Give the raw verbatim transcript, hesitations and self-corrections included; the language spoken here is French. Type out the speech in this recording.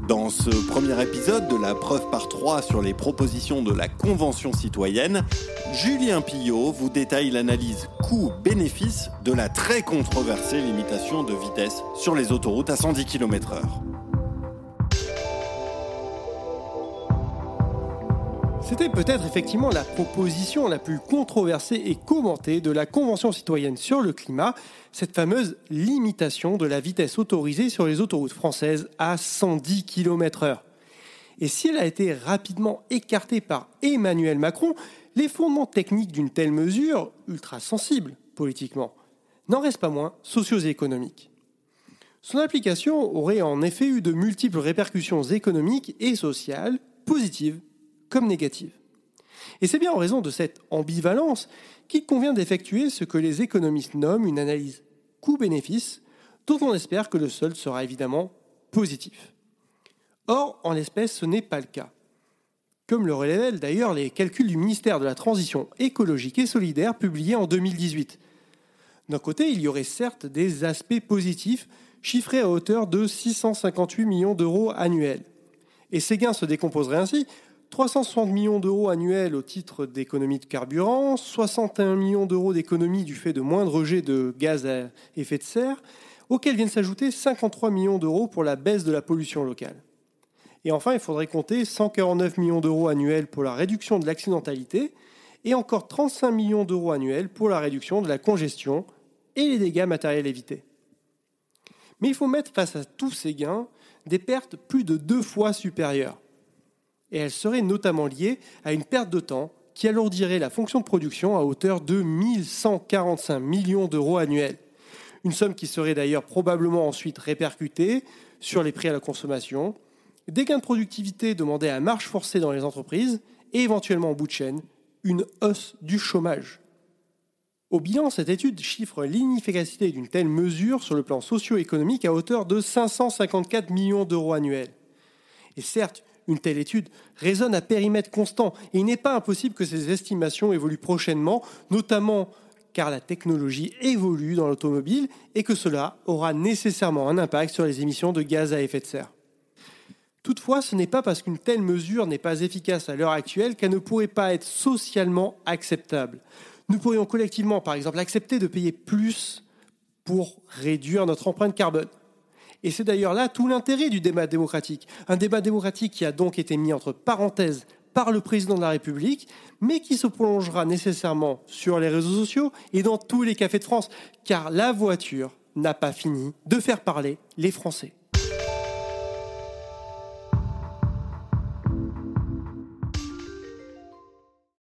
Dans ce premier épisode de la preuve par trois sur les propositions de la Convention citoyenne, Julien Pillot vous détaille l'analyse coût-bénéfice de la très controversée limitation de vitesse sur les autoroutes à cent dix kilomètres heure. C'était peut-être effectivement la proposition la plus controversée et commentée de la Convention citoyenne sur le climat, cette fameuse limitation de la vitesse autorisée sur les autoroutes françaises à cent dix kilomètres heure. Et si elle a été rapidement écartée par Emmanuel Macron, les fondements techniques d'une telle mesure, ultra sensible politiquement, n'en restent pas moins socio-économiques. Son application aurait en effet eu de multiples répercussions économiques et sociales, positives comme négative. Et c'est bien en raison de cette ambivalence qu'il convient d'effectuer ce que les économistes nomment une analyse coût-bénéfice, dont on espère que le solde sera évidemment positif. Or, en l'espèce, ce n'est pas le cas. Comme le révèlent d'ailleurs les calculs du ministère de la Transition écologique et solidaire publiés en deux mille dix-huit. D'un côté, il y aurait certes des aspects positifs chiffrés à hauteur de six cent cinquante-huit millions d'euros annuels. Et ces gains se décomposeraient ainsi: trois cent soixante millions d'euros annuels au titre d'économie de carburant, soixante et un millions d'euros d'économie du fait de moins de rejet de gaz à effet de serre, auxquels viennent s'ajouter cinquante-trois millions d'euros pour la baisse de la pollution locale. Et enfin, il faudrait compter cent quarante-neuf millions d'euros annuels pour la réduction de l'accidentalité et encore trente-cinq millions d'euros annuels pour la réduction de la congestion et les dégâts matériels évités. Mais il faut mettre face à tous ces gains des pertes plus de deux fois supérieures. Et elle serait notamment liée à une perte de temps qui alourdirait la fonction de production à hauteur de mille cent quarante-cinq millions d'euros annuels. Une somme qui serait d'ailleurs probablement ensuite répercutée sur les prix à la consommation, des gains de productivité demandés à marche forcée dans les entreprises et éventuellement en bout de chaîne, une hausse du chômage. Au bilan, cette étude chiffre l'inefficacité d'une telle mesure sur le plan socio-économique à hauteur de cinq cent cinquante-quatre millions d'euros annuels. Et certes, une telle étude résonne à périmètre constant et il n'est pas impossible que ces estimations évoluent prochainement, notamment car la technologie évolue dans l'automobile et que cela aura nécessairement un impact sur les émissions de gaz à effet de serre. Toutefois, ce n'est pas parce qu'une telle mesure n'est pas efficace à l'heure actuelle qu'elle ne pourrait pas être socialement acceptable. Nous pourrions collectivement, par exemple, accepter de payer plus pour réduire notre empreinte carbone. Et c'est d'ailleurs là tout l'intérêt du débat démocratique. Un débat démocratique qui a donc été mis entre parenthèses par le président de la République, mais qui se prolongera nécessairement sur les réseaux sociaux et dans tous les cafés de France, car la voiture n'a pas fini de faire parler les Français.